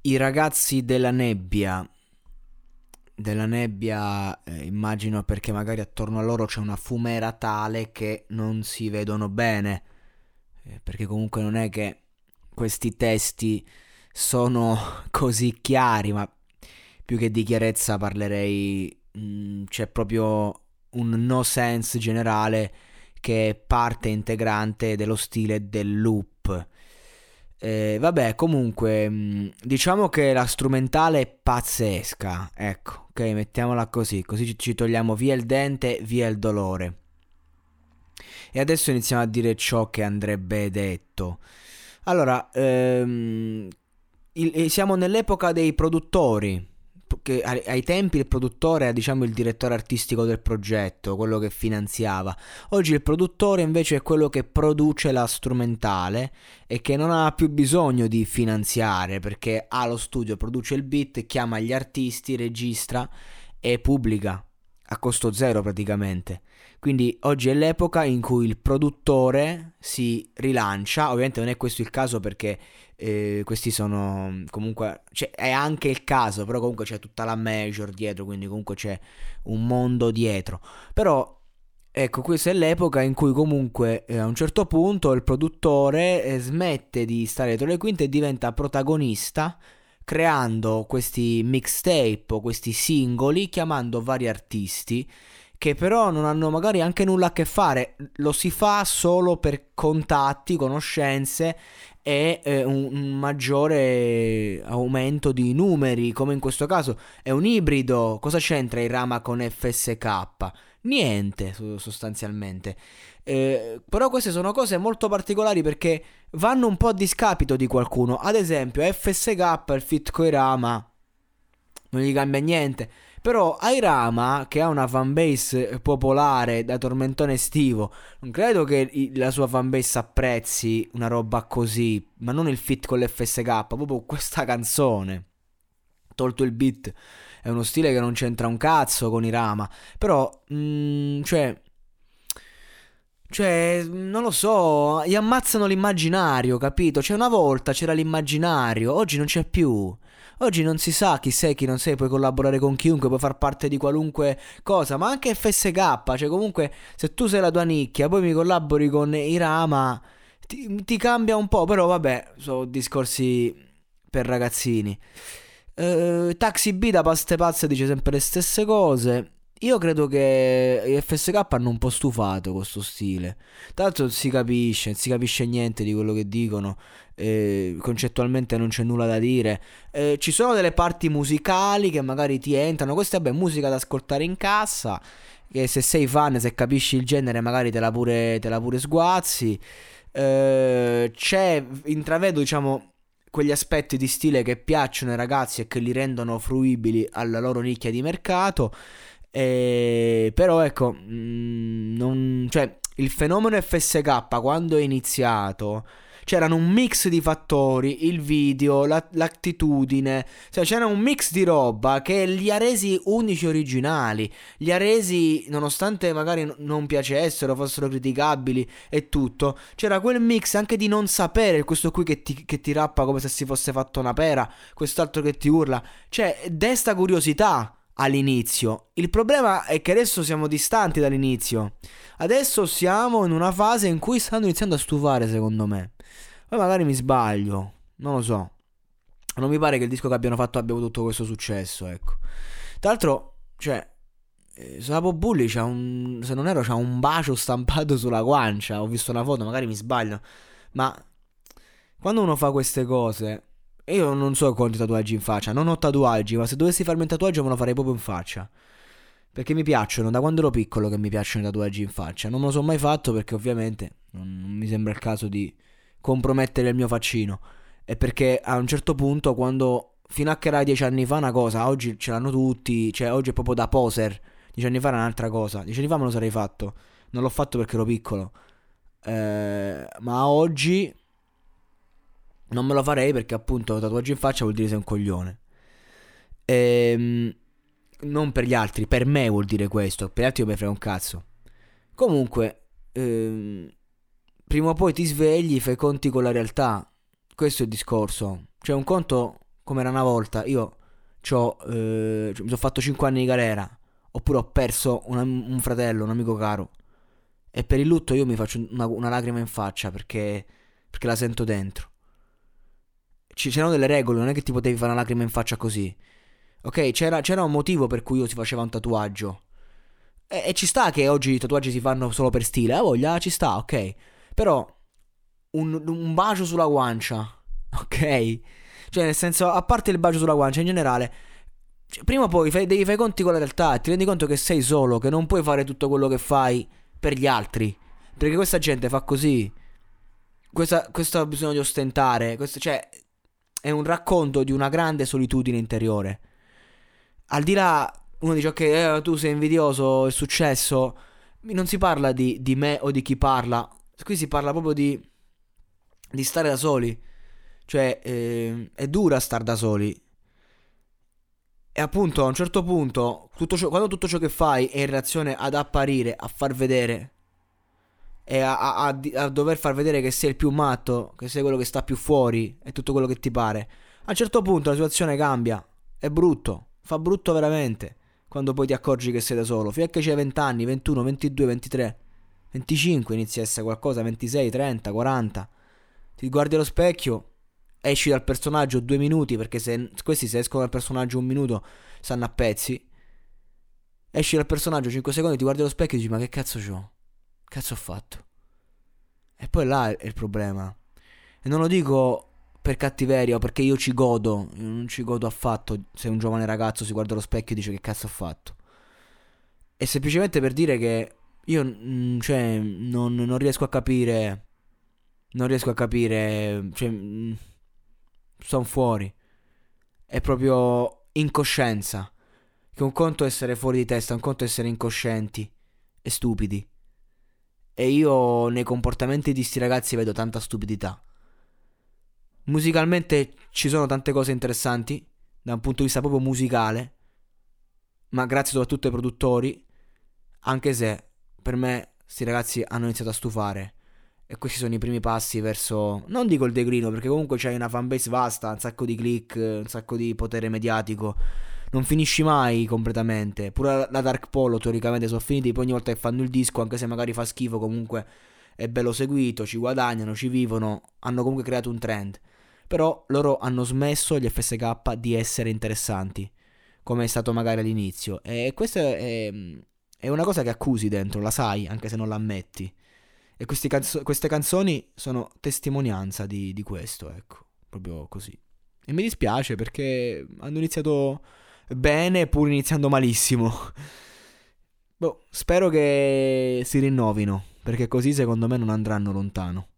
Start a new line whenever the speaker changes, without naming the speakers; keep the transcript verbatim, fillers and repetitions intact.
I ragazzi della nebbia, della nebbia, eh, immagino perché magari attorno a loro c'è una fumera tale che non si vedono bene, eh, perché comunque non è che questi testi sono così chiari, ma più che di chiarezza parlerei, mm, c'è proprio un no sense generale che è parte integrante dello stile del loop. Eh, vabbè, comunque, mh, diciamo che la strumentale è pazzesca, ecco, ok, mettiamola così, così ci, ci togliamo via il dente, via il dolore. E adesso iniziamo a dire ciò che andrebbe detto. Allora, ehm, il- eh, siamo nell'epoca dei produttori, che ai, ai tempi il produttore era, diciamo, il direttore artistico del progetto, quello che finanziava. Oggi il produttore invece è quello che produce la strumentale e che non ha più bisogno di finanziare perché ha lo studio, produce il beat, chiama gli artisti, registra e pubblica a costo zero praticamente. Quindi oggi è l'epoca in cui il produttore si rilancia. Ovviamente non è questo il caso perché eh, questi sono comunque, cioè, è anche il caso, però comunque c'è tutta la major dietro, quindi comunque c'è un mondo dietro. Però ecco, questa è l'epoca in cui comunque eh, a un certo punto il produttore eh, smette di stare dietro le quinte e diventa protagonista, creando questi mixtape o questi singoli, chiamando vari artisti che però non hanno magari anche nulla a che fare, lo si fa solo per contatti, conoscenze e eh, un, un maggiore aumento di numeri, come in questo caso è un ibrido. Cosa c'entra il Rama con F S K? Niente, sostanzialmente. Eh, però queste sono cose molto particolari perché vanno un po' a discapito di qualcuno. Ad esempio, F S K, il fit coi Rama, non gli cambia niente. Però Airama, che ha una fanbase popolare da tormentone estivo, non credo che i- la sua fanbase apprezzi una roba così, ma non il fit con l'F S K, proprio questa canzone. Tolto il beat, è uno stile che non c'entra un cazzo con Irama. Però, mm, cioè, cioè, non lo so, gli ammazzano l'immaginario, capito? Cioè, una volta c'era l'immaginario, oggi non c'è più. Oggi non si sa chi sei, chi non sei, puoi collaborare con chiunque, puoi far parte di qualunque cosa, ma anche F S K, cioè comunque se tu sei la tua nicchia, poi mi collabori con Irama, ti, ti cambia un po', però vabbè, sono discorsi per ragazzini. Eh, Taxi B da paste pazze dice sempre le stesse cose. Io credo che i F S K hanno un po' stufato con sto stile. Tra l'altro non si capisce, non si capisce niente di quello che dicono. Eh, concettualmente non c'è nulla da dire. Eh, ci sono delle parti musicali che magari ti entrano. Questa vabbè, è musica da ascoltare in cassa. Che se sei fan, se capisci il genere, magari te la pure, te la pure sguazzi. Eh, c'è, intravedo, diciamo, quegli aspetti di stile che piacciono ai ragazzi e che li rendono fruibili alla loro nicchia di mercato. Eh, però ecco, mm, non, cioè, il fenomeno F S K quando è iniziato c'erano un mix di fattori, il video, la- l'attitudine, cioè c'era un mix di roba che li ha resi unici e originali, li ha resi, nonostante magari n- non piacessero, fossero criticabili e tutto, c'era quel mix anche di non sapere, questo qui che ti, che ti rappa come se si fosse fatto una pera, quest'altro che ti urla, cioè desta curiosità all'inizio. Il problema è che adesso siamo distanti dall'inizio. Adesso siamo in una fase in cui stanno iniziando a stufare, secondo me. Poi magari mi sbaglio, non lo so. Non mi pare che il disco che abbiano fatto abbia avuto tutto questo successo, ecco. Tra l'altro, cioè, eh, Sapo Bulli c'ha un, se non ero, c'ha un bacio stampato sulla guancia. Ho visto una foto, magari mi sbaglio. Ma quando uno fa queste cose, io non so quanti tatuaggi in faccia, non ho tatuaggi, ma se dovessi farmi un tatuaggio me lo farei proprio in faccia. Perché mi piacciono, da quando ero piccolo che mi piacciono i tatuaggi in faccia. Non me lo sono mai fatto perché ovviamente non, non mi sembra il caso di compromettere il mio faccino. E perché a un certo punto, quando fino a che era dieci anni fa una cosa, oggi ce l'hanno tutti, cioè oggi è proprio da poser. Dieci anni fa era un'altra cosa. Dieci anni fa me lo sarei fatto. Non l'ho fatto perché ero piccolo. Eh, ma oggi non me lo farei perché appunto tatuaggio in faccia vuol dire sei un coglione. Ehm, non per gli altri, per me vuol dire questo. Per gli altri io mi frega un cazzo. Comunque, ehm, prima o poi ti svegli, fai conti con la realtà. Questo è il discorso. Cioè un conto come era una volta. Io c'ho, eh, mi sono fatto cinque anni di galera, oppure ho perso un, am- un fratello, un amico caro. E per il lutto io mi faccio una, una lacrima in faccia perché, perché la sento dentro. Ci, c'erano delle regole, non è che ti potevi fare una lacrima in faccia così. Ok, c'era, c'era un motivo per cui io si faceva un tatuaggio. E, e ci sta che oggi i tatuaggi si fanno solo per stile, a voglia, ci sta, ok. Però un, un bacio sulla guancia, ok? Cioè, nel senso, a parte il bacio sulla guancia, in generale, cioè, prima o poi fai, devi fare i conti con la realtà, ti rendi conto che sei solo, che non puoi fare tutto quello che fai per gli altri. Perché questa gente fa così. Questa, questo ha bisogno di ostentare. Questo, cioè, è un racconto di una grande solitudine interiore. Al di là, uno dice, ok, eh, tu sei invidioso, è successo. Non si parla di, di me o di chi parla. Qui si parla proprio di, di stare da soli. Cioè, eh, è dura star da soli. E appunto, a un certo punto, tutto ciò- quando tutto ciò che fai è in relazione ad apparire, a far vedere e a, a- a di- a dover far vedere che sei il più matto, che sei quello che sta più fuori e tutto quello che ti pare, a un certo punto la situazione cambia. È brutto, fa brutto veramente. Quando poi ti accorgi che sei da solo. Fino a che c'hai venti anni, ventuno, ventidue, ventitré, venticinque, inizi a essere qualcosa, ventisei, trenta, quaranta. Ti guardi allo specchio, esci dal personaggio due minuti, perché se questi se escono dal personaggio un minuto stanno a pezzi. Esci dal personaggio cinque secondi, ti guardi allo specchio e dici ma che cazzo c'ho? Che cazzo ho fatto? E poi là è il problema. E non lo dico per cattiveria o perché io ci godo, io non ci godo affatto se un giovane ragazzo si guarda allo specchio e dice che cazzo ho fatto. È semplicemente per dire che io mm, cioè, non, non riesco a capire, non riesco a capire, cioè, sono fuori. È proprio incoscienza. Che un conto è essere fuori di testa, un conto è essere incoscienti e stupidi. E io nei comportamenti di sti ragazzi vedo tanta stupidità. Musicalmente ci sono tante cose interessanti, da un punto di vista proprio musicale, ma grazie soprattutto ai produttori, anche se per me sti ragazzi hanno iniziato a stufare. E questi sono i primi passi verso, non dico il declino, perché comunque c'hai una fanbase vasta, un sacco di click, un sacco di potere mediatico. Non finisci mai completamente. Pure la Dark Polo teoricamente sono finiti, poi ogni volta che fanno il disco, anche se magari fa schifo, comunque è bello seguito, ci guadagnano, ci vivono, hanno comunque creato un trend. Però loro hanno smesso, gli F S K, di essere interessanti, come è stato magari all'inizio. E questa è, è una cosa che accusi dentro, la sai, anche se non la ammetti. E questi canzo- queste canzoni sono testimonianza di, di questo, ecco, proprio così. E mi dispiace perché hanno iniziato bene pur iniziando malissimo. Boh, spero che si rinnovino, perché così secondo me non andranno lontano.